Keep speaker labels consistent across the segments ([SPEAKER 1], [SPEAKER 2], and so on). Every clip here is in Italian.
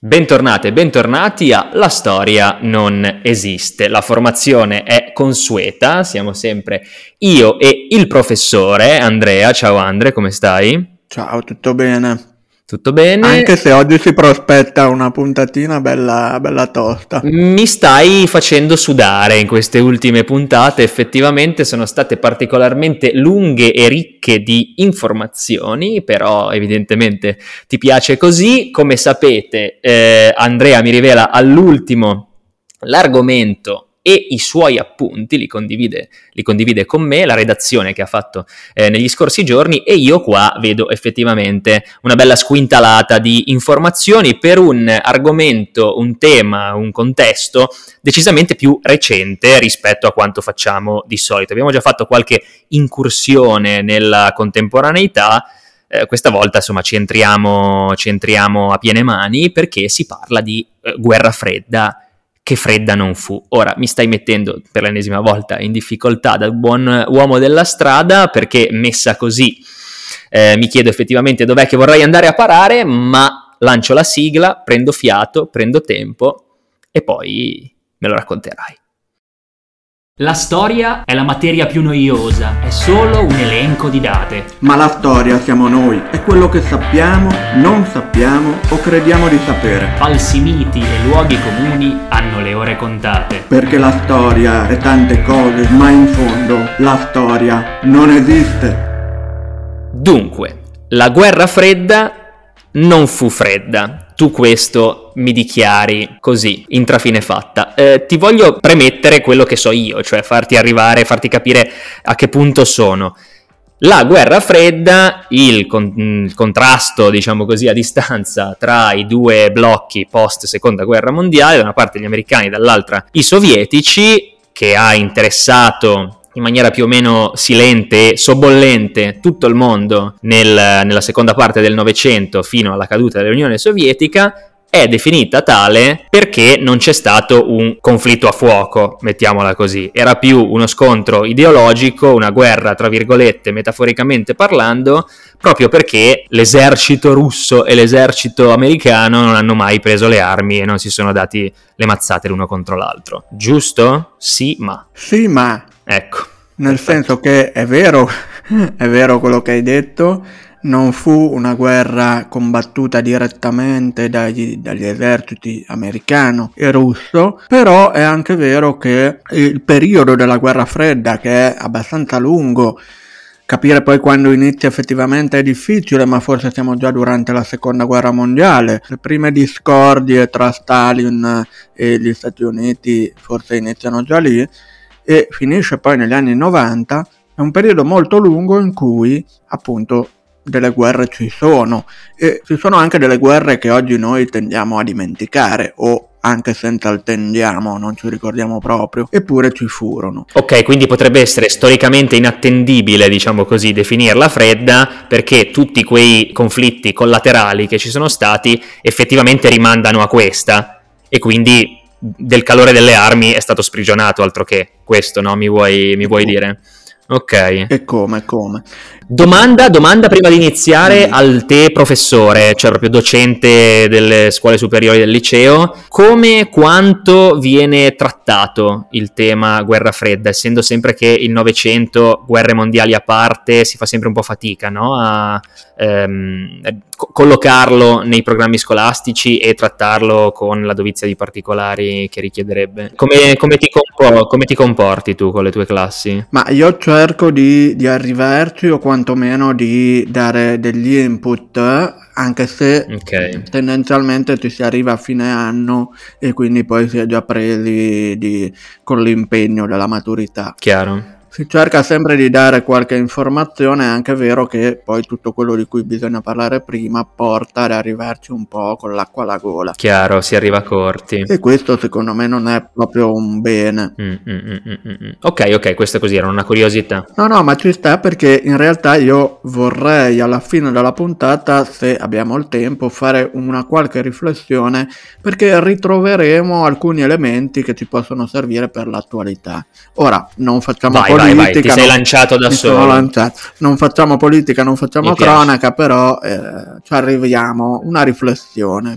[SPEAKER 1] Bentornate e bentornati a La storia non esiste. La formazione è consueta, siamo sempre io e il professore Andrea. Ciao Andre, come stai?
[SPEAKER 2] Ciao, tutto bene?
[SPEAKER 1] Tutto bene?
[SPEAKER 2] Anche se oggi si prospetta una puntatina bella tosta.
[SPEAKER 1] Mi stai facendo sudare in queste ultime puntate, effettivamente sono state particolarmente lunghe e ricche di informazioni, però evidentemente ti piace così. Come sapete, Andrea mi rivela all'ultimo l'argomento e i suoi appunti, li condivide con me, la redazione che ha fatto negli scorsi giorni, e io qua vedo effettivamente una bella squintalata di informazioni per un argomento, un tema, un contesto decisamente più recente rispetto a quanto facciamo di solito. Abbiamo già fatto qualche incursione nella contemporaneità, questa volta insomma ci entriamo a piene mani perché si parla di guerra fredda. Che fredda non fu. Ora mi stai mettendo per l'ennesima volta in difficoltà da buon uomo della strada, perché messa così mi chiedo effettivamente dov'è che vorrei andare a parare, ma lancio la sigla, prendo fiato, prendo tempo e poi me lo racconterai.
[SPEAKER 3] La storia è la materia più noiosa, è solo un elenco di date.
[SPEAKER 2] Ma la storia siamo noi, è quello che sappiamo, non sappiamo o crediamo di sapere.
[SPEAKER 3] Falsi miti e luoghi comuni hanno le ore contate.
[SPEAKER 2] Perché la storia è tante cose, ma in fondo la storia non esiste.
[SPEAKER 1] Dunque, la guerra fredda non fu fredda. Tu questo mi dichiari così, intrafine fatta. Ti voglio premettere quello che so io, cioè farti capire a che punto sono. La guerra fredda, il contrasto, diciamo così, a distanza tra i due blocchi post seconda guerra mondiale, da una parte gli americani, dall'altra i sovietici, che ha interessato in maniera più o meno silente e sobbollente tutto il mondo nella seconda parte del Novecento fino alla caduta dell'Unione Sovietica, è definita tale perché non c'è stato un conflitto a fuoco, mettiamola così. Era più uno scontro ideologico, una guerra, tra virgolette, metaforicamente parlando, proprio perché l'esercito russo e l'esercito americano non hanno mai preso le armi e non si sono dati le mazzate l'uno contro l'altro. Giusto? Sì, ma...
[SPEAKER 2] Sì, ma...
[SPEAKER 1] Ecco.
[SPEAKER 2] Nel senso che è vero quello che hai detto, non fu una guerra combattuta direttamente dagli eserciti americano e russo, però è anche vero che il periodo della guerra fredda, che è abbastanza lungo, capire poi quando inizia effettivamente è difficile, ma forse siamo già durante la seconda guerra mondiale. Le prime discordie tra Stalin e gli Stati Uniti forse iniziano già lì e finisce poi negli anni 90, è un periodo molto lungo in cui appunto delle guerre ci sono, e ci sono anche delle guerre che oggi noi tendiamo a dimenticare, o anche senza il tendiamo, non ci ricordiamo proprio, eppure ci furono.
[SPEAKER 1] Ok, quindi potrebbe essere storicamente inattendibile, diciamo così, definirla fredda, perché tutti quei conflitti collaterali che ci sono stati effettivamente rimandano a questa, e quindi del calore delle armi è stato sprigionato, altro che questo, no? Mi vuoi dire? Ok.
[SPEAKER 2] E come?
[SPEAKER 1] Domanda prima di iniziare al te professore, cioè proprio docente delle scuole superiori del liceo, come quanto viene trattato il tema guerra fredda, essendo sempre che il Novecento, guerre mondiali a parte, si fa sempre un po' fatica, no? A collocarlo nei programmi scolastici e trattarlo con la dovizia di particolari che richiederebbe. Come ti comporti tu con le tue classi?
[SPEAKER 2] Ma io cerco di arrivarci, o quantomeno di dare degli input, anche se tendenzialmente ci si arriva a fine anno e quindi poi si è già presi con l'impegno della maturità.
[SPEAKER 1] Chiaro.
[SPEAKER 2] Si cerca sempre di dare qualche informazione, è anche vero che poi tutto quello di cui bisogna parlare prima porta ad arrivarci un po' con l'acqua alla gola.
[SPEAKER 1] Chiaro, si arriva corti.
[SPEAKER 2] E questo secondo me non è proprio un bene.
[SPEAKER 1] Ok, questo così era una curiosità.
[SPEAKER 2] No, ma ci sta, perché in realtà io vorrei alla fine della puntata, se abbiamo il tempo, fare una qualche riflessione, perché ritroveremo alcuni elementi che ci possono servire per l'attualità. Ora, non facciamo politica.
[SPEAKER 1] Vai, ti sei lanciato da solo.
[SPEAKER 2] Non facciamo politica, non facciamo cronaca, però ci arriviamo, una riflessione più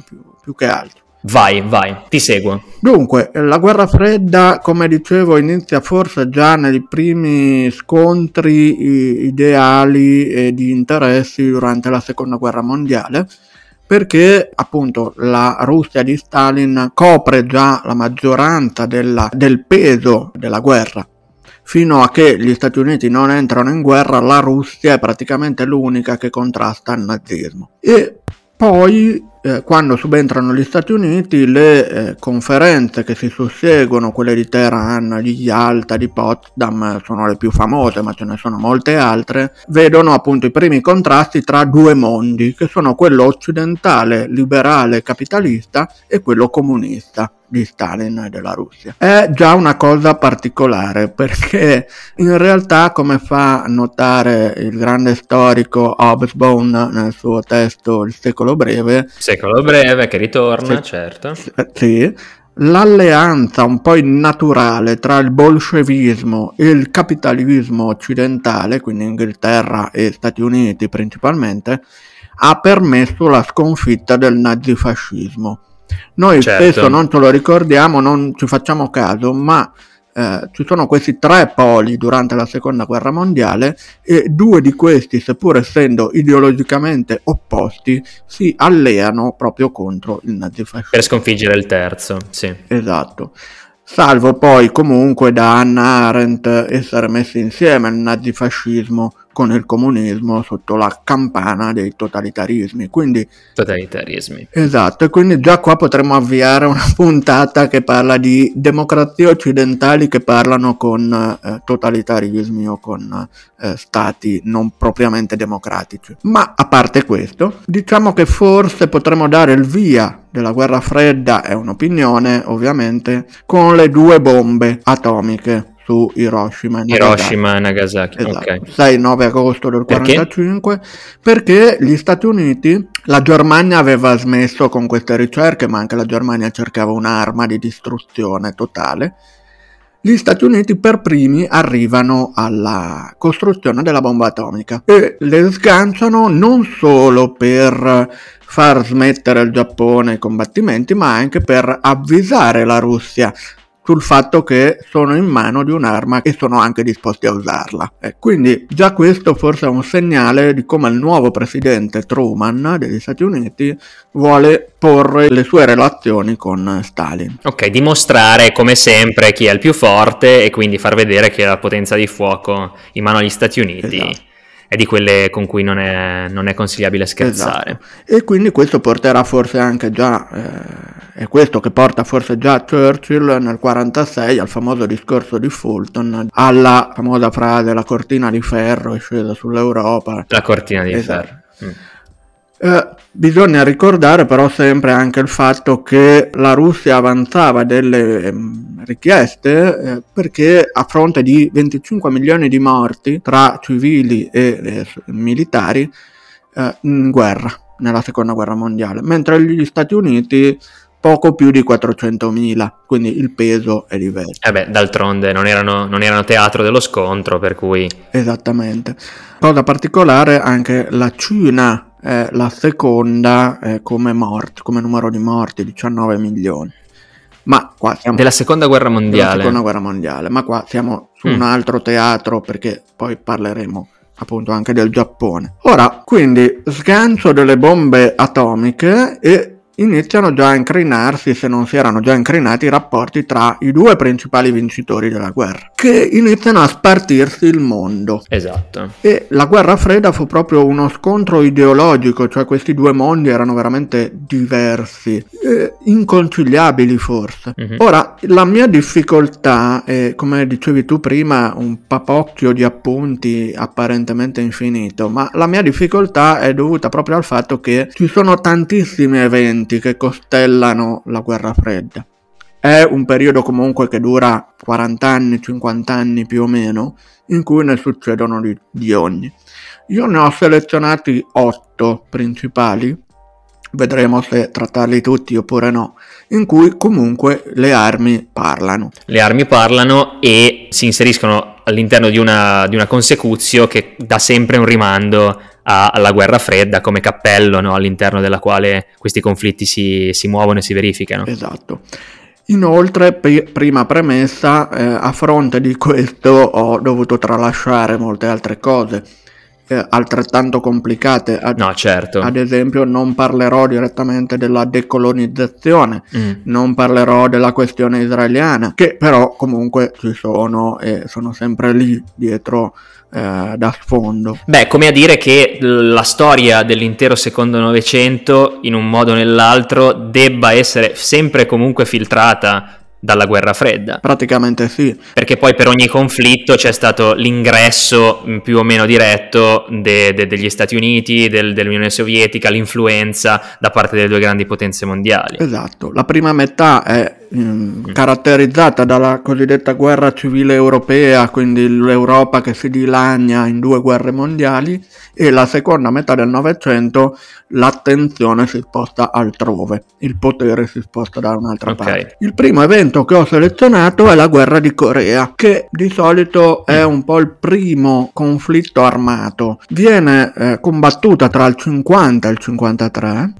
[SPEAKER 2] più che altro.
[SPEAKER 1] Vai, ti seguo.
[SPEAKER 2] Dunque, la guerra fredda, come dicevo, inizia forse già nei primi scontri ideali e di interessi durante la seconda guerra mondiale, perché appunto la Russia di Stalin copre già la maggioranza del peso della guerra. Fino a che gli Stati Uniti non entrano in guerra, la Russia è praticamente l'unica che contrasta il nazismo. E poi, quando subentrano gli Stati Uniti, le conferenze che si susseguono, quelle di Teheran, di Yalta, di Potsdam, sono le più famose, ma ce ne sono molte altre, vedono appunto i primi contrasti tra due mondi, che sono quello occidentale, liberale, capitalista, e quello comunista di Stalin e della Russia. È già una cosa particolare, perché in realtà, come fa notare il grande storico Hobsbawm nel suo testo Il secolo breve,
[SPEAKER 1] che ritorna, certo.
[SPEAKER 2] Sì, l'alleanza un po' innaturale tra il bolscevismo e il capitalismo occidentale, quindi Inghilterra e Stati Uniti principalmente, ha permesso la sconfitta del nazifascismo. Noi spesso non ce lo ricordiamo, non ci facciamo caso, ma ci sono questi tre poli durante la seconda guerra mondiale e due di questi, seppur essendo ideologicamente opposti, si alleano proprio contro il nazifascismo.
[SPEAKER 1] Per sconfiggere il terzo, sì.
[SPEAKER 2] Esatto. Salvo poi comunque da Hannah Arendt essere messi insieme il nazifascismo con il comunismo sotto la campana dei totalitarismi. Esatto, e quindi già qua potremmo avviare una puntata che parla di democrazie occidentali che parlano con totalitarismi o con stati non propriamente democratici. Ma a parte questo, diciamo che forse potremmo dare il via della guerra fredda, è un'opinione ovviamente, con le due bombe atomiche su Hiroshima e Nagasaki.
[SPEAKER 1] Esatto. Okay.
[SPEAKER 2] 6-9 agosto del 1945, perché gli Stati Uniti, la Germania aveva smesso con queste ricerche, ma anche la Germania cercava un'arma di distruzione totale. Gli Stati Uniti per primi arrivano alla costruzione della bomba atomica e le sganciano non solo per far smettere il Giappone i combattimenti, ma anche per avvisare la Russia sul fatto che sono in mano di un'arma e sono anche disposti a usarla. Quindi già questo forse è un segnale di come il nuovo presidente Truman degli Stati Uniti vuole porre le sue relazioni con Stalin.
[SPEAKER 1] Ok, dimostrare come sempre chi è il più forte e quindi far vedere che la potenza di fuoco in mano agli Stati Uniti è di quelle con cui non è consigliabile scherzare.
[SPEAKER 2] Esatto. E quindi questo porterà forse anche già, è questo che porta forse già Churchill nel 1946 al famoso discorso di Fulton, alla famosa frase "la cortina di ferro è scesa sull'Europa".
[SPEAKER 1] La cortina di ferro.
[SPEAKER 2] Bisogna ricordare però sempre anche il fatto che la Russia avanzava delle richieste perché a fronte di 25 milioni di morti tra civili e militari in guerra nella seconda guerra mondiale, mentre gli Stati Uniti poco più di 400.000, quindi il peso è diverso.
[SPEAKER 1] D'altronde non erano teatro dello scontro, per cui...
[SPEAKER 2] Esattamente. Cosa particolare, anche la Cina è la seconda come numero di morti, 19 milioni. Ma qua siamo
[SPEAKER 1] della seconda guerra mondiale.
[SPEAKER 2] Ma qua siamo su un altro teatro, perché poi parleremo appunto anche del Giappone. Ora, quindi, sgancio delle bombe atomiche e iniziano già a incrinarsi, se non si erano già incrinati, i rapporti tra i due principali vincitori della guerra, che iniziano a spartirsi il mondo.
[SPEAKER 1] Esatto.
[SPEAKER 2] E la guerra fredda fu proprio uno scontro ideologico, cioè questi due mondi erano veramente diversi, inconciliabili forse. Ora, la mia difficoltà è, come dicevi tu prima, un papocchio di appunti apparentemente infinito, ma la mia difficoltà è dovuta proprio al fatto che ci sono tantissimi eventi che costellano la guerra fredda. È un periodo comunque che dura 40 anni, 50 anni più o meno, in cui ne succedono di ogni. Io ne ho selezionati 8 principali, vedremo se trattarli tutti oppure no, in cui comunque le armi parlano.
[SPEAKER 1] Le armi parlano e si inseriscono all'interno di una consecutio che dà sempre un rimando alla guerra fredda come cappello, no? All'interno della quale questi conflitti si muovono e si verificano.
[SPEAKER 2] Esatto. Inoltre, prima premessa, a fronte di questo ho dovuto tralasciare molte altre cose altrettanto complicate.
[SPEAKER 1] No, certo.
[SPEAKER 2] Ad esempio, non parlerò direttamente della decolonizzazione, non parlerò della questione israeliana, che però comunque ci sono e sono sempre lì dietro da sfondo.
[SPEAKER 1] Beh, come a dire che la storia dell'intero secondo Novecento, in un modo o nell'altro, debba essere sempre comunque filtrata dalla guerra fredda.
[SPEAKER 2] Praticamente sì.
[SPEAKER 1] Perché poi per ogni conflitto c'è stato l'ingresso più o meno diretto degli Stati Uniti, dell'Unione Sovietica, l'influenza da parte delle due grandi potenze mondiali.
[SPEAKER 2] Esatto, la prima metà è caratterizzata dalla cosiddetta guerra civile europea, quindi l'Europa che si dilagna in due guerre mondiali, e la seconda metà del Novecento l'attenzione si sposta altrove, il potere si sposta da un'altra parte. Il primo evento che ho selezionato è la guerra di Corea, che di solito è un po' il primo conflitto armato. Viene combattuta tra il 50 e il 53,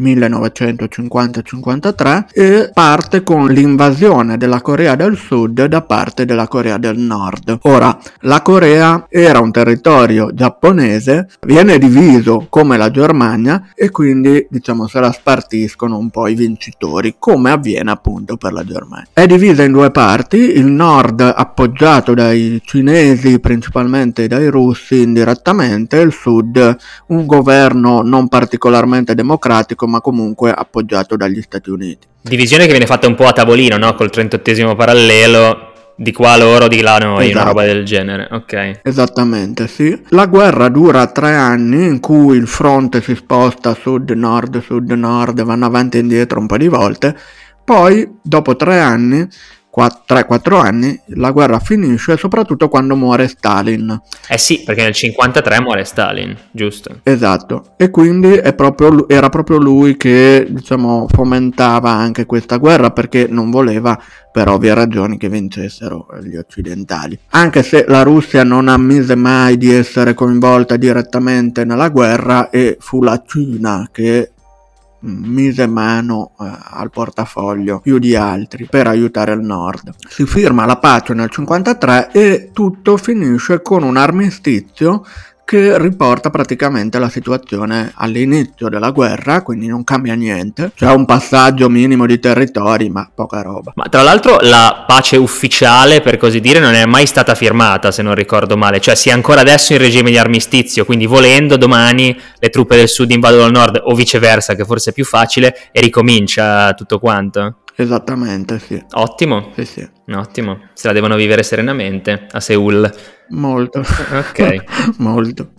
[SPEAKER 2] 1950-53, e parte con l'invasione della Corea del Sud da parte della Corea del Nord. Ora, la Corea era un territorio giapponese, viene diviso come la Germania e quindi diciamo se la spartiscono un po' i vincitori, come avviene appunto per la Germania. È divisa in due parti, il nord appoggiato dai cinesi, principalmente dai russi indirettamente, il sud un governo non particolarmente democratico ma comunque appoggiato dagli Stati Uniti.
[SPEAKER 1] Divisione che viene fatta un po' a tavolino, no? Col 38° parallelo, di qua loro, di là noi, esatto. Una roba del genere, ok.
[SPEAKER 2] Esattamente, sì. La guerra dura 3 anni in cui il fronte si sposta sud-nord, vanno avanti e indietro un po' di volte, poi dopo 3 anni, 3-4 anni, la guerra finisce, soprattutto quando muore Stalin.
[SPEAKER 1] Sì, perché nel 53 muore Stalin, giusto?
[SPEAKER 2] Esatto, e quindi era proprio lui che, diciamo, fomentava anche questa guerra, perché non voleva, per ovvie ragioni, che vincessero gli occidentali. Anche se la Russia non ammise mai di essere coinvolta direttamente nella guerra, e fu la Cina che mise mano al portafoglio più di altri per aiutare il nord. Si firma la pace nel 53 e tutto finisce con un armistizio che riporta praticamente la situazione all'inizio della guerra, quindi non cambia niente. C'è un passaggio minimo di territori, ma poca roba.
[SPEAKER 1] Ma tra l'altro la pace ufficiale, per così dire, non è mai stata firmata, se non ricordo male. Cioè si è ancora adesso in regime di armistizio, quindi volendo domani le truppe del sud invadono il nord, o viceversa, che forse è più facile, e ricomincia tutto quanto.
[SPEAKER 2] Esattamente, sì.
[SPEAKER 1] Ottimo.
[SPEAKER 2] Sì.
[SPEAKER 1] Ottimo. Se la devono vivere serenamente a Seul.
[SPEAKER 2] Molto.
[SPEAKER 1] Ok.
[SPEAKER 2] Molto.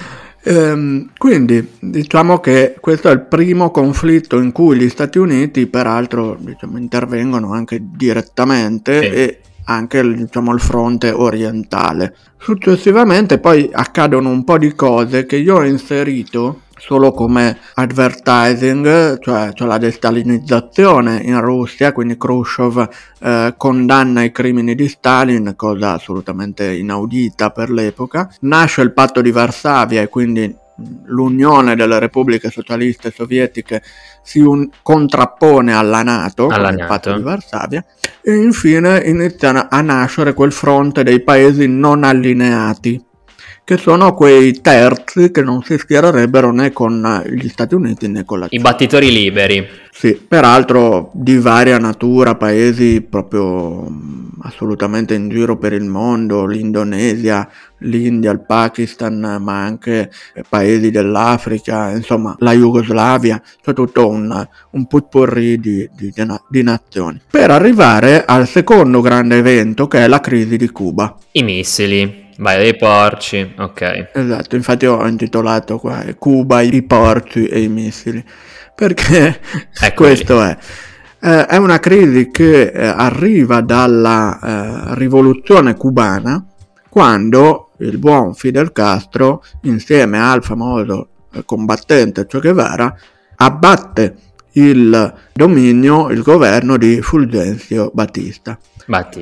[SPEAKER 2] Quindi diciamo che questo è il primo conflitto in cui gli Stati Uniti, peraltro, diciamo, intervengono anche direttamente, sì. E anche, diciamo, il fronte orientale. Successivamente poi accadono un po' di cose che io ho inserito solo come advertising, cioè la destalinizzazione in Russia, quindi Khrushchev condanna i crimini di Stalin, cosa assolutamente inaudita per l'epoca. Nasce il patto di Varsavia e quindi l'unione delle repubbliche socialiste sovietiche si contrappone alla NATO, con il patto di Varsavia, e infine inizia a nascere quel fronte dei paesi non allineati, che sono quei terzi che non si schiererebbero né con gli Stati Uniti né con la Cina.
[SPEAKER 1] I battitori liberi.
[SPEAKER 2] Sì, peraltro di varia natura, paesi proprio assolutamente in giro per il mondo, l'Indonesia, l'India, il Pakistan, ma anche paesi dell'Africa, insomma la Jugoslavia, c'è tutto un potpourri di nazioni. Per arrivare al secondo grande evento, che è la crisi di Cuba.
[SPEAKER 1] I missili. Vai dei porci, ok.
[SPEAKER 2] Esatto, infatti ho intitolato qua Cuba, i porci e i missili, perché questo è una crisi che arriva dalla rivoluzione cubana, quando il buon Fidel Castro, insieme al famoso combattente Che Guevara, abbatte il governo di Fulgencio Batista.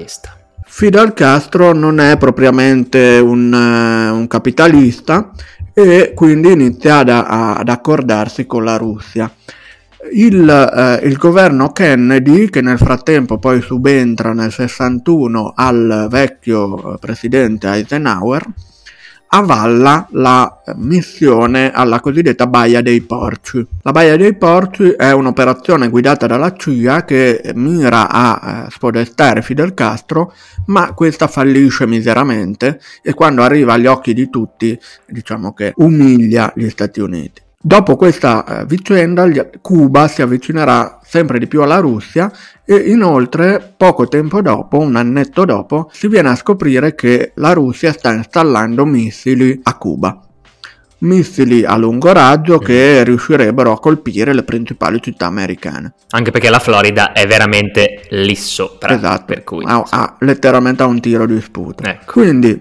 [SPEAKER 2] Fidel Castro non è propriamente un capitalista, e quindi inizia ad accordarsi con la Russia. Il governo Kennedy, che nel frattempo poi subentra nel 61 al vecchio presidente Eisenhower, avalla la missione alla cosiddetta Baia dei Porci. La Baia dei Porci è un'operazione guidata dalla CIA che mira a spodestare Fidel Castro, ma questa fallisce miseramente e quando arriva agli occhi di tutti, diciamo che umilia gli Stati Uniti. Dopo questa vicenda, Cuba si avvicinerà sempre di più alla Russia e inoltre poco tempo dopo, un annetto dopo, si viene a scoprire che la Russia sta installando missili a Cuba. Missili a lungo raggio che riuscirebbero a colpire le principali città americane.
[SPEAKER 1] Anche perché la Florida è veramente lì sopra.
[SPEAKER 2] Esatto,
[SPEAKER 1] per cui,
[SPEAKER 2] ha letteralmente a un tiro di sputa.
[SPEAKER 1] Ecco.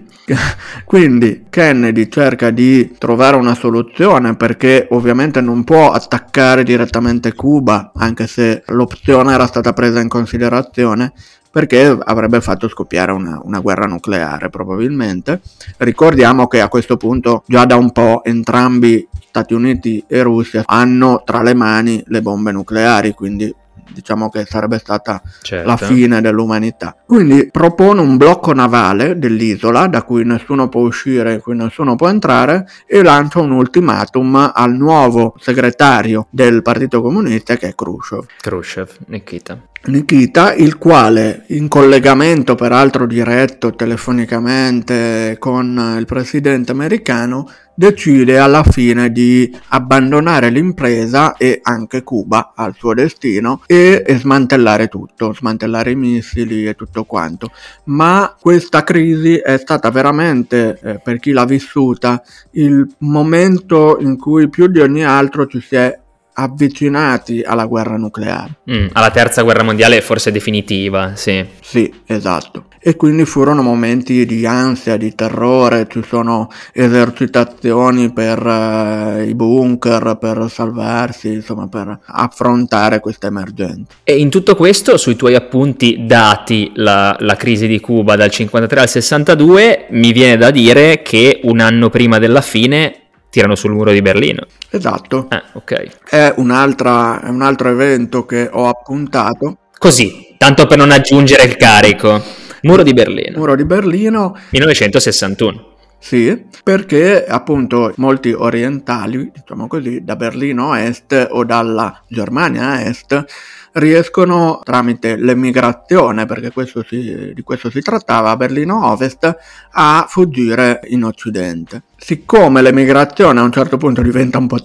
[SPEAKER 2] Quindi Kennedy cerca di trovare una soluzione perché ovviamente non può attaccare direttamente Cuba, anche se l'opzione era stata presa in considerazione, perché avrebbe fatto scoppiare una guerra nucleare probabilmente. Ricordiamo che a questo punto già da un po' entrambi Stati Uniti e Russia hanno tra le mani le bombe nucleari, quindi diciamo che sarebbe stata la fine dell'umanità. Quindi propone un blocco navale dell'isola da cui nessuno può uscire, in cui nessuno può entrare, e lancia un ultimatum al nuovo segretario del Partito Comunista, che è Khrushchev, Nikita, il quale, in collegamento peraltro diretto telefonicamente con il presidente americano, decide alla fine di abbandonare l'impresa e anche Cuba al suo destino e smantellare tutto, smantellare i missili e tutto quanto. Ma questa crisi è stata veramente, per chi l'ha vissuta, il momento in cui più di ogni altro ci si è avvicinati alla guerra nucleare.
[SPEAKER 1] Alla terza guerra mondiale forse definitiva, sì.
[SPEAKER 2] Sì, esatto. E quindi furono momenti di ansia, di terrore, ci sono esercitazioni per i bunker, per salvarsi, insomma per affrontare questa emergenza.
[SPEAKER 1] E in tutto questo, sui tuoi appunti dati la crisi di Cuba dal 53 al 62, mi viene da dire che un anno prima della fine tirano sul muro di Berlino.
[SPEAKER 2] Esatto.
[SPEAKER 1] Ok.
[SPEAKER 2] È un altro evento che ho appuntato.
[SPEAKER 1] Così, tanto per non aggiungere il carico. Muro di Berlino. 1961.
[SPEAKER 2] Sì, perché appunto molti orientali, diciamo così, da Berlino a est o dalla Germania a est, riescono tramite l'emigrazione, perché di questo si trattava a Berlino Ovest, a fuggire in Occidente. Siccome l'emigrazione a un certo punto diventa un po'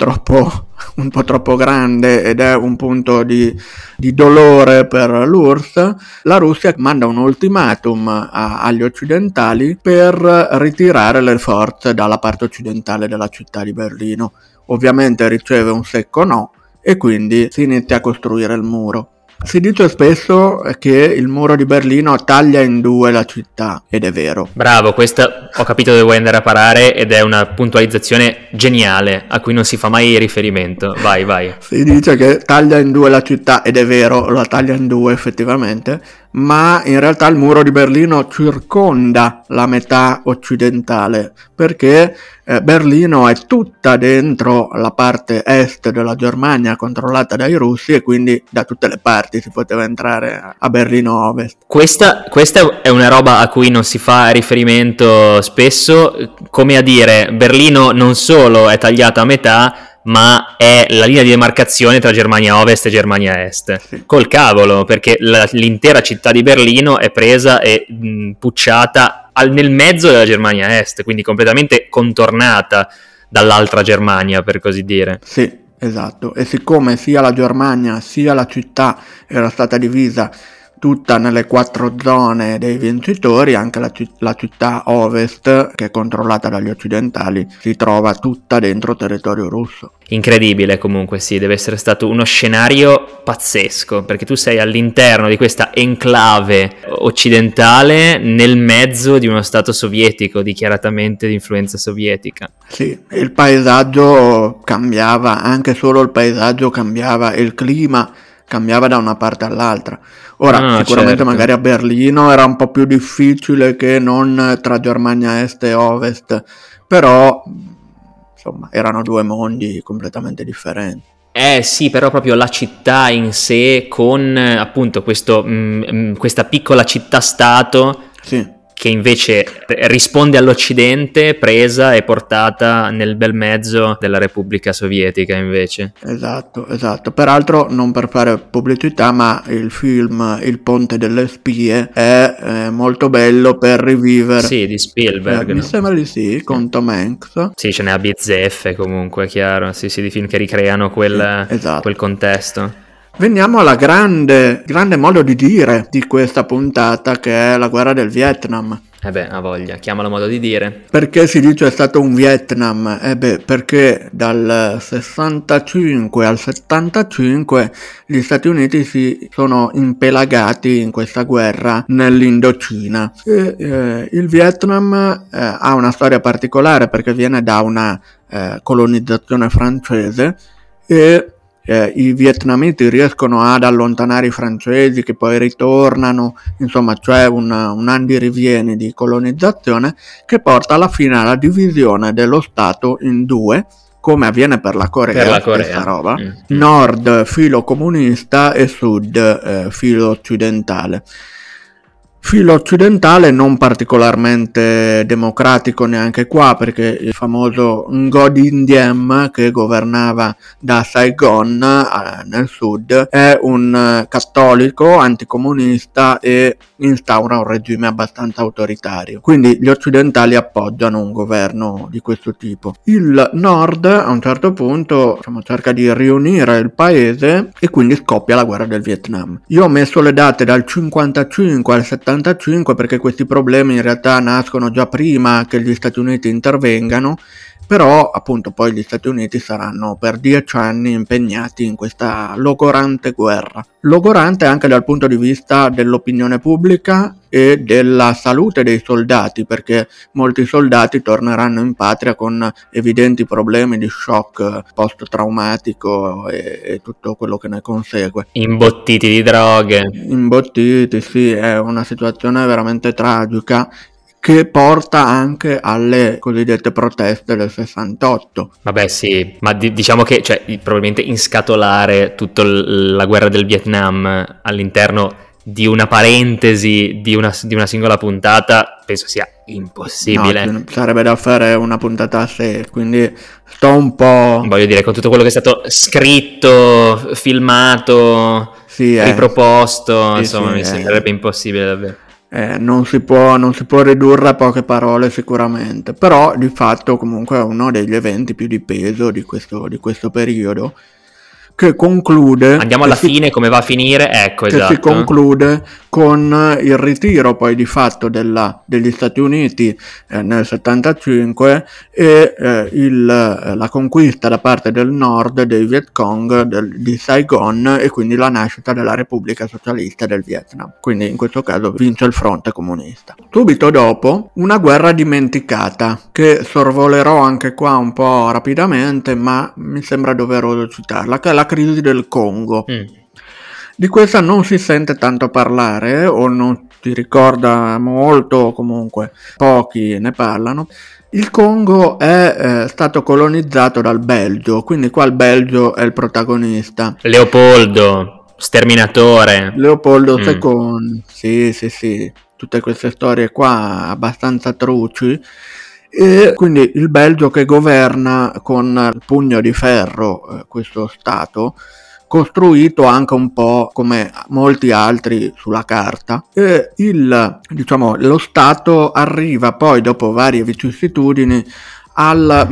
[SPEAKER 2] troppo grande ed è un punto di dolore per l'URSS, la Russia manda un ultimatum agli occidentali per ritirare le forze dalla parte occidentale della città di Berlino. Ovviamente riceve un secco no e quindi si inizia a costruire il muro. Si dice spesso che il muro di Berlino taglia in due la città, ed è vero.
[SPEAKER 1] Bravo, questa ho capito dove vuoi andare a parare ed è una puntualizzazione geniale a cui non si fa mai riferimento. Vai.
[SPEAKER 2] Si dice che taglia in due la città, ed è vero, la taglia in due effettivamente, ma in realtà il muro di Berlino circonda la metà occidentale, perché Berlino è tutta dentro la parte est della Germania controllata dai russi e quindi da tutte le parti si poteva entrare a Berlino Ovest.
[SPEAKER 1] Questa è una roba a cui non si fa riferimento spesso, come a dire Berlino non solo è tagliata a metà, ma è la linea di demarcazione tra Germania Ovest e Germania Est. Sì. Col cavolo, perché l'intera città di Berlino è presa e pucciata nel mezzo della Germania Est, quindi completamente contornata dall'altra Germania, per così dire.
[SPEAKER 2] Sì, esatto. E siccome sia la Germania sia la città era stata divisa tutta nelle 4 zone dei vincitori, anche la città ovest, che è controllata dagli occidentali, si trova tutta dentro territorio russo.
[SPEAKER 1] Incredibile comunque, sì, deve essere stato uno scenario pazzesco, perché tu sei all'interno di questa enclave occidentale nel mezzo di uno stato sovietico, dichiaratamente di influenza sovietica.
[SPEAKER 2] Sì, il paesaggio cambiava, anche solo il paesaggio cambiava, e il clima cambiava da una parte all'altra. Ora, sicuramente certo. Magari a Berlino era un po' più difficile che non tra Germania Est e Ovest, però insomma erano due mondi completamente differenti.
[SPEAKER 1] Sì, però proprio la città in sé con appunto questa piccola città-stato,
[SPEAKER 2] Sì.
[SPEAKER 1] che invece risponde all'Occidente, presa e portata nel bel mezzo della Repubblica Sovietica invece.
[SPEAKER 2] Esatto. Peraltro, non per fare pubblicità, ma il film Il Ponte delle Spie è molto bello per rivivere.
[SPEAKER 1] Sì, di Spielberg,
[SPEAKER 2] Mi
[SPEAKER 1] no?
[SPEAKER 2] sembra di sì, con Tom Hanks.
[SPEAKER 1] Sì, ce ne ha bizzeffe comunque, chiaro. Sì, di film che ricreano
[SPEAKER 2] Esatto.
[SPEAKER 1] quel contesto.
[SPEAKER 2] Veniamo alla grande modo di dire di questa puntata, che è la guerra del Vietnam.
[SPEAKER 1] Ha voglia, chiamalo modo di dire.
[SPEAKER 2] Perché si dice è stato un Vietnam? Perché dal 65 al 75 gli Stati Uniti si sono impelagati in questa guerra nell'Indocina. Il Vietnam ha una storia particolare perché viene da una colonizzazione francese e i vietnamiti riescono ad allontanare i francesi, che poi ritornano, insomma c'è un andirivieni di colonizzazione che porta alla fine alla divisione dello Stato in due, come avviene per la Corea. Questa roba. Nord filo comunista e sud filo occidentale. Filo occidentale non particolarmente democratico neanche qua, perché il famoso Ngo Dinh Diem, che governava da Saigon nel sud, è un cattolico anticomunista e instaura un regime abbastanza autoritario. Quindi gli occidentali appoggiano un governo di questo tipo. Il nord a un certo punto cerca di riunire il paese e quindi scoppia la guerra del Vietnam. Io ho messo le date dal 55 al 75 perché questi problemi in realtà nascono già prima che gli Stati Uniti intervengano, però appunto poi gli Stati Uniti saranno per 10 anni impegnati in questa logorante guerra. Logorante anche dal punto di vista dell'opinione pubblica e della salute dei soldati, perché molti soldati torneranno in patria con evidenti problemi di shock post-traumatico e tutto quello che ne consegue.
[SPEAKER 1] Imbottiti di droghe.
[SPEAKER 2] Imbottiti, sì, è una situazione veramente tragica, che porta anche alle cosiddette proteste del 68.
[SPEAKER 1] Vabbè sì, ma diciamo che probabilmente inscatolare tutta la guerra del Vietnam all'interno di una parentesi di una singola puntata penso sia impossibile.
[SPEAKER 2] No, sarebbe da fare una puntata a sé, quindi sto un po'...
[SPEAKER 1] Voglio dire, con tutto quello che è stato scritto, filmato, riproposto, insomma mi sembrerebbe impossibile davvero.
[SPEAKER 2] Non si può ridurre a poche parole sicuramente, però di fatto comunque è uno degli eventi più di peso di questo periodo, che conclude...
[SPEAKER 1] Andiamo alla fine, come va a finire? Ecco, esatto.
[SPEAKER 2] Che si conclude con il ritiro poi di fatto degli Stati Uniti nel 75 e la conquista da parte del nord dei Viet Cong di Saigon, e quindi la nascita della Repubblica Socialista del Vietnam. Quindi in questo caso vince il fronte comunista. Subito dopo una guerra dimenticata, che sorvolerò anche qua un po' rapidamente, ma mi sembra doveroso citarla, che è la crisi del Congo. Di questa non si sente tanto parlare, o non si ricorda molto, comunque pochi ne parlano. Il Congo è stato colonizzato dal Belgio, quindi qua il Belgio è il protagonista.
[SPEAKER 1] Leopoldo, sterminatore.
[SPEAKER 2] Leopoldo II, sì, tutte queste storie qua abbastanza truci. E quindi il Belgio che governa con il pugno di ferro questo stato, costruito anche un po' come molti altri sulla carta, e lo stato arriva poi dopo varie vicissitudini al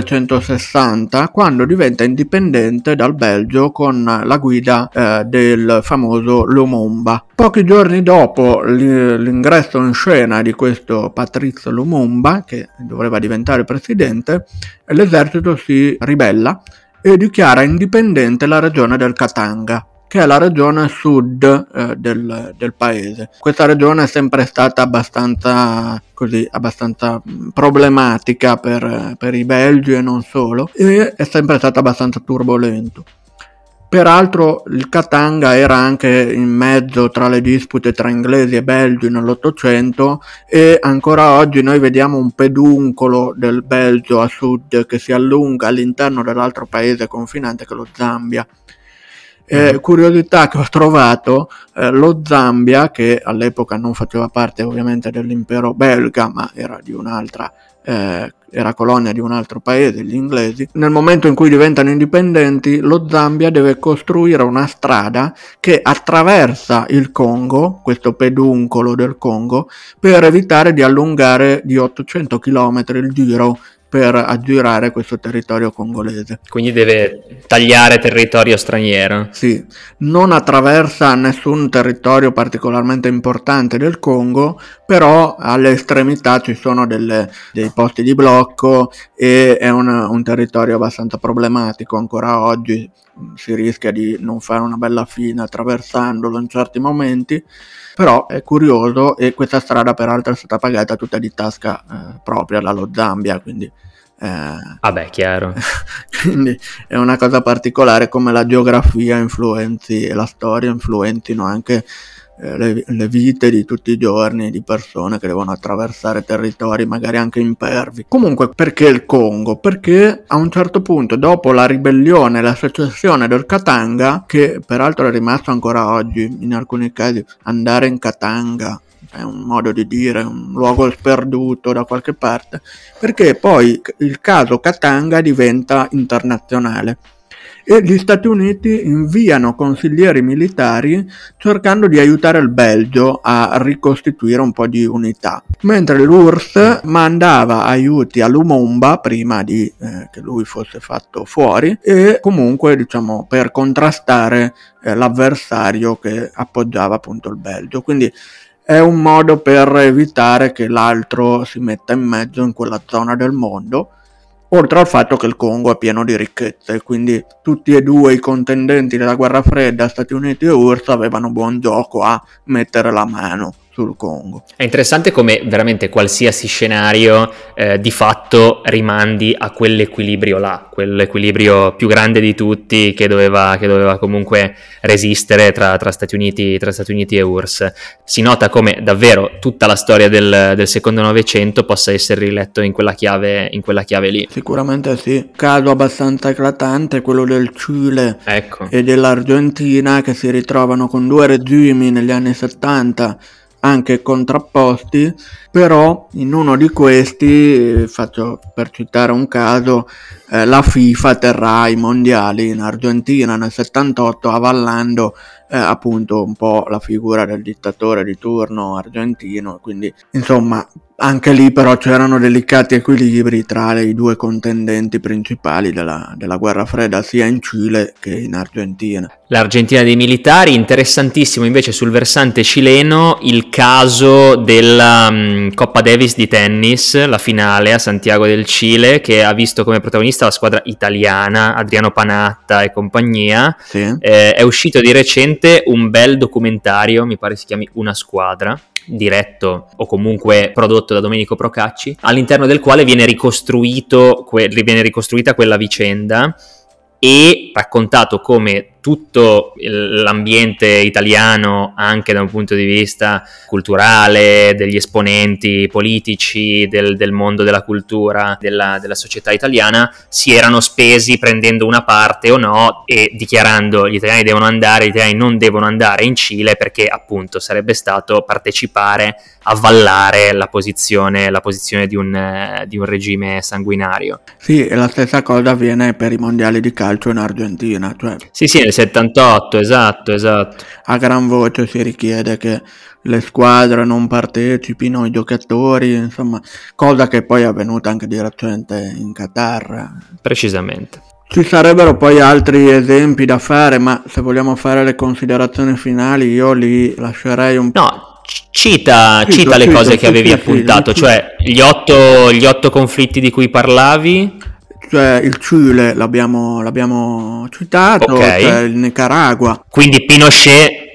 [SPEAKER 2] 1960, quando diventa indipendente dal Belgio con la guida del famoso Lumumba. Pochi giorni dopo l'ingresso in scena di questo Patrice Lumumba, che doveva diventare presidente, l'esercito si ribella e dichiara indipendente la regione del Katanga, che è la regione sud del paese. Questa regione è sempre stata abbastanza problematica per i belgi e non solo, e è sempre stata abbastanza turbolento. Peraltro il Katanga era anche in mezzo tra le dispute tra inglesi e belgi nell'Ottocento, e ancora oggi noi vediamo un peduncolo del Belgio a sud che si allunga all'interno dell'altro paese confinante, che è lo Zambia. Curiosità che ho trovato, lo Zambia, che all'epoca non faceva parte ovviamente dell'impero belga, ma era di un'altra era colonia di un altro paese, gli inglesi. Nel momento in cui diventano indipendenti, lo Zambia deve costruire una strada che attraversa il Congo, questo peduncolo del Congo, per evitare di allungare di 800 km il giro per aggirare questo territorio congolese.
[SPEAKER 1] Quindi deve tagliare territorio straniero.
[SPEAKER 2] Sì, non attraversa nessun territorio particolarmente importante del Congo, però alle estremità ci sono dei posti di blocco, e è un territorio abbastanza problematico. Ancora oggi si rischia di non fare una bella fine attraversandolo in certi momenti, però è curioso, e questa strada peraltro è stata pagata tutta di tasca propria dallo Zambia, quindi
[SPEAKER 1] chiaro.
[SPEAKER 2] quindi è una cosa particolare come la geografia influenzi e la storia influenzino anche le vite di tutti i giorni di persone che devono attraversare territori magari anche impervi. Comunque, perché il Congo? Perché a un certo punto, dopo la ribellione e la secessione del Katanga, che peraltro è rimasto ancora oggi in alcuni casi, andare in Katanga è un modo di dire, un luogo sperduto da qualche parte, perché poi il caso Katanga diventa internazionale e gli Stati Uniti inviano consiglieri militari cercando di aiutare il Belgio a ricostituire un po' di unità, mentre l'URSS mandava aiuti a Lumumba prima di che lui fosse fatto fuori, e comunque diciamo per contrastare l'avversario che appoggiava appunto il Belgio. Quindi è un modo per evitare che l'altro si metta in mezzo in quella zona del mondo, oltre al fatto che il Congo è pieno di ricchezze, quindi tutti e due i contendenti della guerra fredda, Stati Uniti e URSS, avevano buon gioco a mettere la mano sul Congo.
[SPEAKER 1] È interessante come veramente qualsiasi scenario di fatto rimandi a quell'equilibrio là, quell'equilibrio più grande di tutti che doveva comunque resistere tra Stati Uniti e URSS. Si nota come davvero tutta la storia del secondo Novecento possa essere riletto in quella chiave lì.
[SPEAKER 2] Sicuramente sì. Caso abbastanza eclatante quello del Cile,
[SPEAKER 1] ecco,
[SPEAKER 2] e dell'Argentina, che si ritrovano con due regimi negli anni 70 anche contrapposti, però in uno di questi, faccio per citare un caso, la FIFA terrà i mondiali in Argentina nel 78, avvallando appunto un po' la figura del dittatore di turno argentino. Quindi insomma anche lì però c'erano delicati equilibri tra i due contendenti principali della guerra fredda, sia in Cile che in Argentina.
[SPEAKER 1] L'Argentina dei militari. Interessantissimo invece sul versante cileno il caso della Coppa Davis di tennis, la finale a Santiago del Cile, che ha visto come protagonista la squadra italiana, Adriano Panatta e compagnia.
[SPEAKER 2] Sì.
[SPEAKER 1] È uscito di recente un bel documentario, mi pare si chiami Una Squadra, diretto o comunque prodotto da Domenico Procacci, all'interno del quale viene ricostruita quella vicenda e raccontato come tutto l'ambiente italiano, anche da un punto di vista culturale, degli esponenti politici, del mondo della cultura, della società italiana, si erano spesi prendendo una parte o no e dichiarando gli italiani devono andare, gli italiani non devono andare in Cile, perché appunto sarebbe stato partecipare, avvallare la posizione di un regime sanguinario.
[SPEAKER 2] Sì, e la stessa cosa avviene per i mondiali di calcio in Argentina, cioè
[SPEAKER 1] Sì, nel 78, esatto.
[SPEAKER 2] a gran voce si richiede che le squadre non partecipino, i giocatori, insomma, cosa che poi è avvenuta anche di recente in Qatar.
[SPEAKER 1] Precisamente.
[SPEAKER 2] Ci sarebbero poi altri esempi da fare, ma se vogliamo fare le considerazioni finali io li lascerei un po'.
[SPEAKER 1] No, cita le cose che avevi appuntato, cioè gli otto conflitti di cui parlavi.
[SPEAKER 2] Cioè il Cile l'abbiamo citato,
[SPEAKER 1] Okay.
[SPEAKER 2] cioè il Nicaragua.
[SPEAKER 1] Quindi Pinochet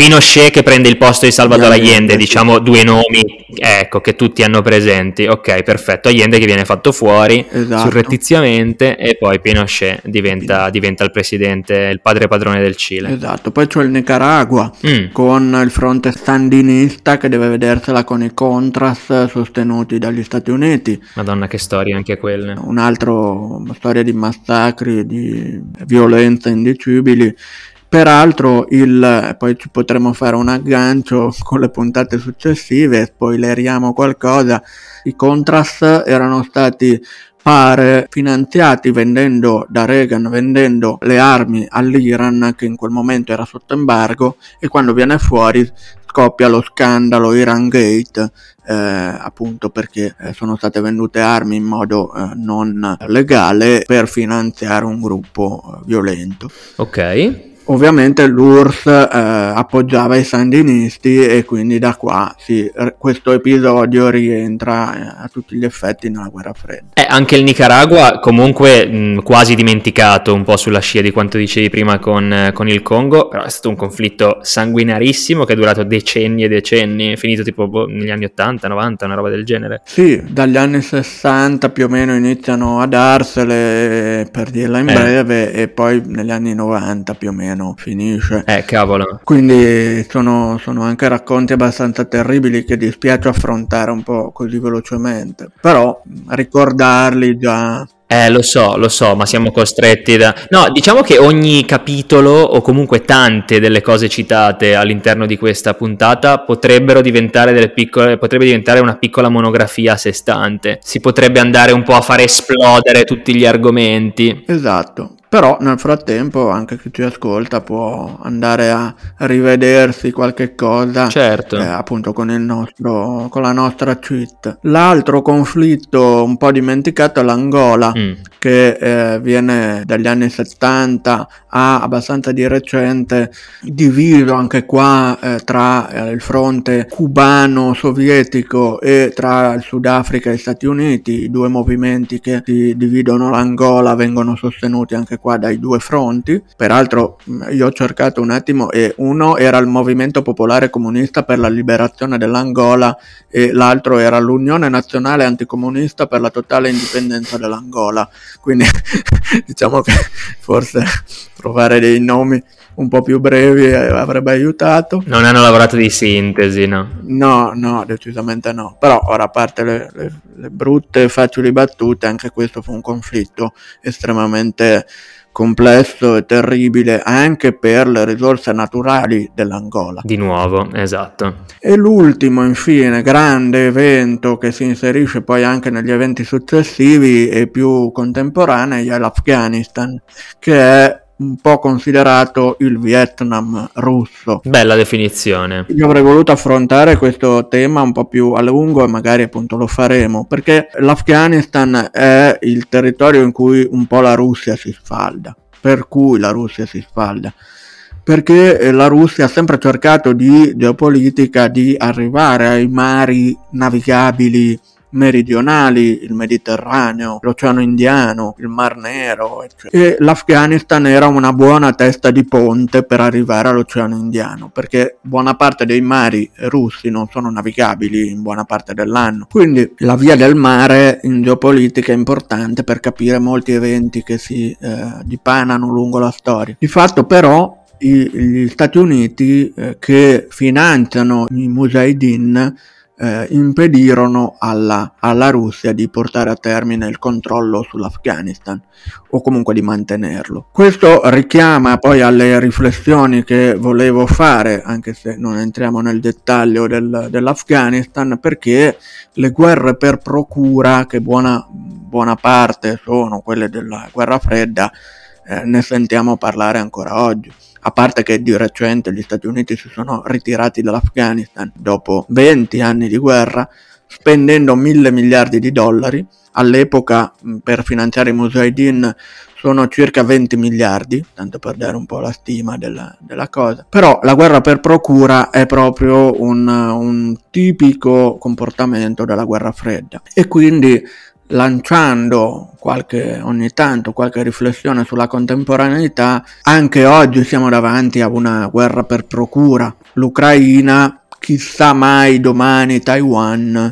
[SPEAKER 1] Pinochet che prende il posto di Salvador Allende, diciamo
[SPEAKER 2] sì.
[SPEAKER 1] due nomi, ecco, che tutti hanno presenti. Ok, perfetto. Allende che viene fatto fuori surrettiziamente, e poi Pinochet diventa il presidente, il padre padrone del Cile.
[SPEAKER 2] Esatto, poi c'è il Nicaragua con il fronte sandinista che deve vedersela con i Contras sostenuti dagli Stati Uniti.
[SPEAKER 1] Madonna, che storia anche quelle.
[SPEAKER 2] Un'altra storia di massacri, di violenze indicibili. Peraltro poi ci potremo fare un aggancio con le puntate successive, spoileriamo qualcosa. I Contras erano stati, pare, finanziati da Reagan vendendo le armi all'Iran, che in quel momento era sotto embargo, e quando viene fuori scoppia lo scandalo Iran Gate, appunto perché sono state vendute armi in modo non legale per finanziare un gruppo violento.
[SPEAKER 1] Ok.
[SPEAKER 2] Ovviamente l'URSS appoggiava i sandinisti e quindi da qua questo episodio rientra a tutti gli effetti nella guerra fredda.
[SPEAKER 1] Anche il Nicaragua comunque quasi dimenticato, un po' sulla scia di quanto dicevi prima con il Congo, però è stato un conflitto sanguinarissimo che è durato decenni e decenni, è finito tipo negli anni 80, 90, una roba del genere.
[SPEAKER 2] Sì, dagli anni 60 più o meno iniziano a darsele, per dirla in breve, e poi negli anni 90 più o meno finisce.
[SPEAKER 1] Cavolo.
[SPEAKER 2] Quindi sono anche racconti abbastanza terribili che dispiace affrontare un po' così velocemente, però ricordarli già.
[SPEAKER 1] Lo so, ma siamo costretti No, diciamo che ogni capitolo, o comunque tante delle cose citate all'interno di questa puntata, potrebbe diventare una piccola monografia a sé stante. Si potrebbe andare un po' a fare esplodere tutti gli argomenti.
[SPEAKER 2] Esatto. Però nel frattempo anche chi ci ascolta può andare a rivedersi qualche cosa,
[SPEAKER 1] certo,
[SPEAKER 2] appunto con la nostra cheat. L'altro conflitto un po' dimenticato è l'Angola, che viene dagli anni 70 a abbastanza di recente diviso anche qua tra il fronte cubano-sovietico e tra il Sudafrica e gli Stati Uniti. I due movimenti che si dividono l'Angola vengono sostenuti anche qua dai due fronti. Peraltro io ho cercato un attimo e uno era il Movimento Popolare Comunista per la Liberazione dell'Angola e l'altro era l'Unione Nazionale Anticomunista per la Totale Indipendenza dell'Angola. Quindi diciamo che forse trovare dei nomi un po' più brevi avrebbe aiutato.
[SPEAKER 1] Non hanno lavorato di sintesi, no?
[SPEAKER 2] No, decisamente no. Però ora, a parte le brutte e facili battute, anche questo fu un conflitto estremamente complesso e terribile anche per le risorse naturali dell'Angola.
[SPEAKER 1] Di nuovo, esatto.
[SPEAKER 2] E l'ultimo, infine, grande evento che si inserisce poi anche negli eventi successivi e più contemporanei è l'Afghanistan, che è un po' considerato il Vietnam russo.
[SPEAKER 1] Bella definizione.
[SPEAKER 2] Io avrei voluto affrontare questo tema un po' più a lungo e magari appunto lo faremo, perché l'Afghanistan è il territorio in cui un po' la Russia si sfalda, perché la Russia ha sempre cercato di geopolitica di arrivare ai mari navigabili meridionali, il Mediterraneo, l'Oceano Indiano, il Mar Nero, eccetera. E l'Afghanistan era una buona testa di ponte per arrivare all'Oceano Indiano, perché buona parte dei mari russi non sono navigabili in buona parte dell'anno. Quindi la via del mare in geopolitica è importante per capire molti eventi che si dipanano lungo la storia. Di fatto però gli Stati Uniti che finanziano i Mujahideen impedirono alla Russia di portare a termine il controllo sull'Afghanistan o comunque di mantenerlo. Questo richiama poi alle riflessioni che volevo fare, anche se non entriamo nel dettaglio dell'Afghanistan, perché le guerre per procura, che buona parte sono quelle della guerra fredda, ne sentiamo parlare ancora oggi. A parte che di recente gli Stati Uniti si sono ritirati dall'Afghanistan dopo 20 anni di guerra, spendendo 1.000 miliardi di dollari. All'epoca per finanziare i Mujahideen sono circa 20 miliardi, tanto per dare un po' la stima della cosa. Però la guerra per procura è proprio un tipico comportamento della guerra fredda, e quindi lanciando ogni tanto qualche riflessione sulla contemporaneità, anche oggi siamo davanti a una guerra per procura. L'Ucraina, chissà mai domani Taiwan,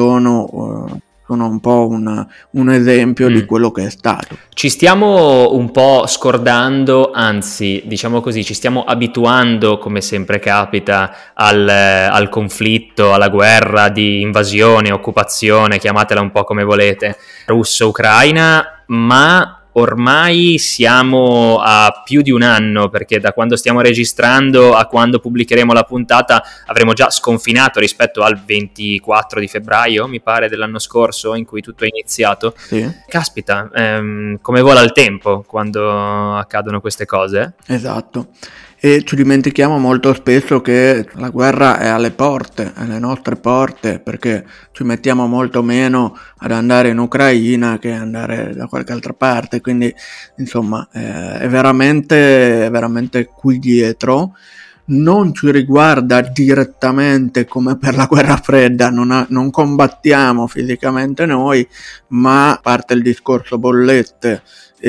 [SPEAKER 2] sono un po' un esempio di quello che è stato.
[SPEAKER 1] Ci stiamo un po' scordando, anzi, diciamo così, ci stiamo abituando, come sempre capita, al conflitto, alla guerra di invasione, occupazione, chiamatela un po' come volete, russo-ucraina, ma ormai siamo a più di un anno, perché da quando stiamo registrando a quando pubblicheremo la puntata avremo già sconfinato rispetto al 24 di febbraio, mi pare, dell'anno scorso, in cui tutto è iniziato.
[SPEAKER 2] Sì.
[SPEAKER 1] Caspita, come vola il tempo quando accadono queste cose.
[SPEAKER 2] Esatto. E ci dimentichiamo molto spesso che la guerra è alle porte, alle nostre porte, perché ci mettiamo molto meno ad andare in Ucraina che andare da qualche altra parte, quindi insomma è veramente qui dietro. Non ci riguarda direttamente come per la guerra fredda, non combattiamo fisicamente noi, ma a parte il discorso bollette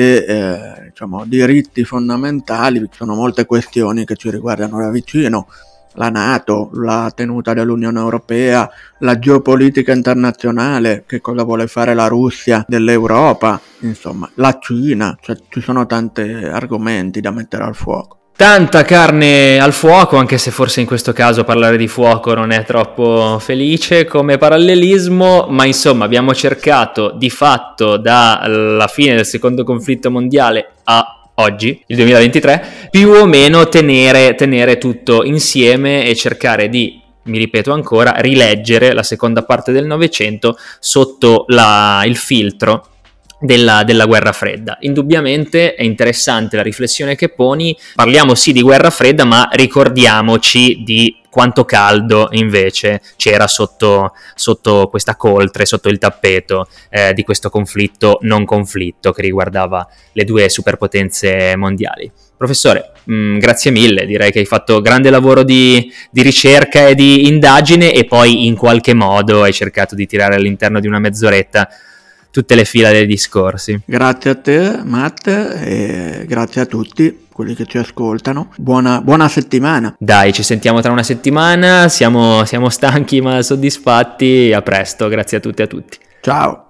[SPEAKER 2] e diciamo diritti fondamentali, ci sono molte questioni che ci riguardano da vicino: la NATO, la tenuta dell'Unione Europea, la geopolitica internazionale, che cosa vuole fare la Russia dell'Europa, insomma la Cina, cioè ci sono tanti argomenti da mettere al fuoco.
[SPEAKER 1] Tanta carne al fuoco, anche se forse in questo caso parlare di fuoco non è troppo felice come parallelismo, ma insomma abbiamo cercato di fatto dalla fine del secondo conflitto mondiale a oggi, il 2023, più o meno tenere tutto insieme e cercare di, mi ripeto ancora, rileggere la seconda parte del Novecento sotto il filtro della guerra fredda. Indubbiamente è interessante la riflessione che poni. Parliamo sì di guerra fredda, ma ricordiamoci di quanto caldo invece c'era sotto questa coltre, sotto il tappeto di questo conflitto non conflitto che riguardava le due superpotenze mondiali. Professore, grazie mille, direi che hai fatto grande lavoro di ricerca e di indagine, e poi in qualche modo hai cercato di tirare all'interno di una mezz'oretta tutte le fila dei discorsi.
[SPEAKER 2] Grazie a te, Matt, e grazie a tutti quelli che ci ascoltano. Buona settimana.
[SPEAKER 1] Dai, ci sentiamo tra una settimana, siamo stanchi ma soddisfatti. A presto, grazie a tutti e a tutti.
[SPEAKER 2] Ciao.